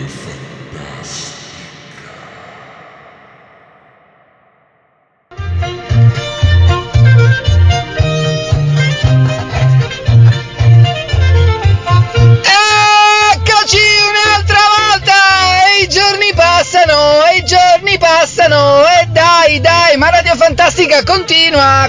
E dai, ma Radio Fantastica continua.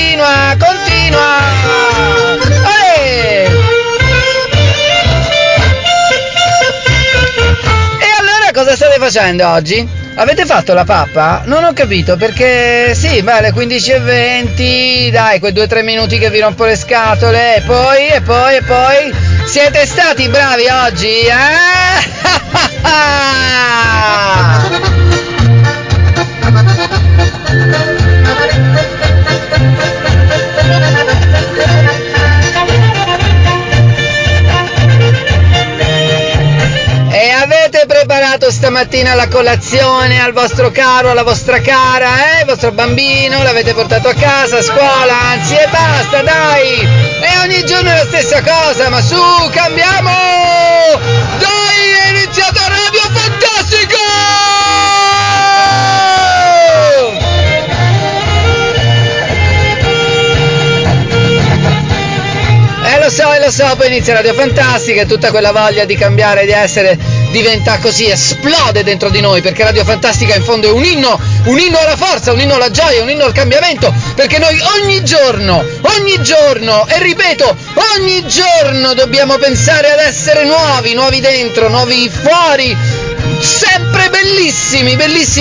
E allora cosa state facendo oggi? Avete fatto la pappa? Non ho capito, perché sì, beh, alle 15:20, dai, quei 2-3 minuti che vi rompo le scatole, e poi, siete stati bravi oggi, E avete preparato stamattina la colazione al vostro caro, alla vostra cara, il vostro bambino, l'avete portato a casa, a scuola, anzi, e basta, dai! E ogni giorno è la stessa cosa, ma su, cambiamo! Dai, è iniziata Radio Fantastica! Lo so, poi inizia Radio Fantastica e tutta quella voglia di cambiare, di essere, diventa così, esplode dentro di noi, perché Radio Fantastica in fondo è un inno alla forza, un inno alla gioia, un inno al cambiamento, perché noi ogni giorno, e ripeto, ogni giorno dobbiamo pensare ad essere nuovi dentro, nuovi fuori, sempre bellissimi!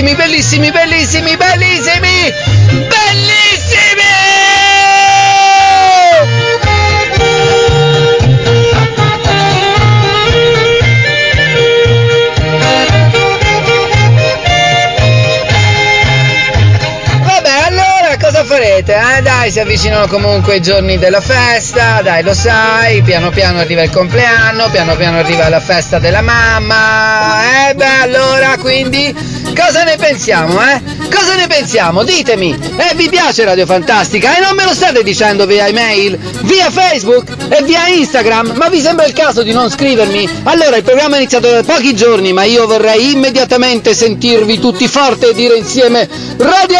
Farete, dai, si avvicinano comunque i giorni della festa, dai, lo sai, piano piano arriva il compleanno, piano piano arriva la festa della mamma, allora, quindi, cosa ne pensiamo, Cosa ne pensiamo? Ditemi, vi piace Radio Fantastica? E non me lo state dicendo via email, via Facebook e via Instagram, ma vi sembra il caso di non scrivermi? Allora, il programma è iniziato da pochi giorni, ma io vorrei immediatamente sentirvi tutti forte e dire insieme Radio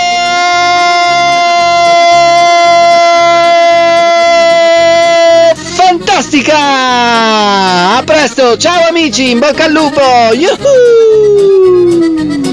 Fantastica! A presto, ciao amici, in bocca al lupo! Yuhu!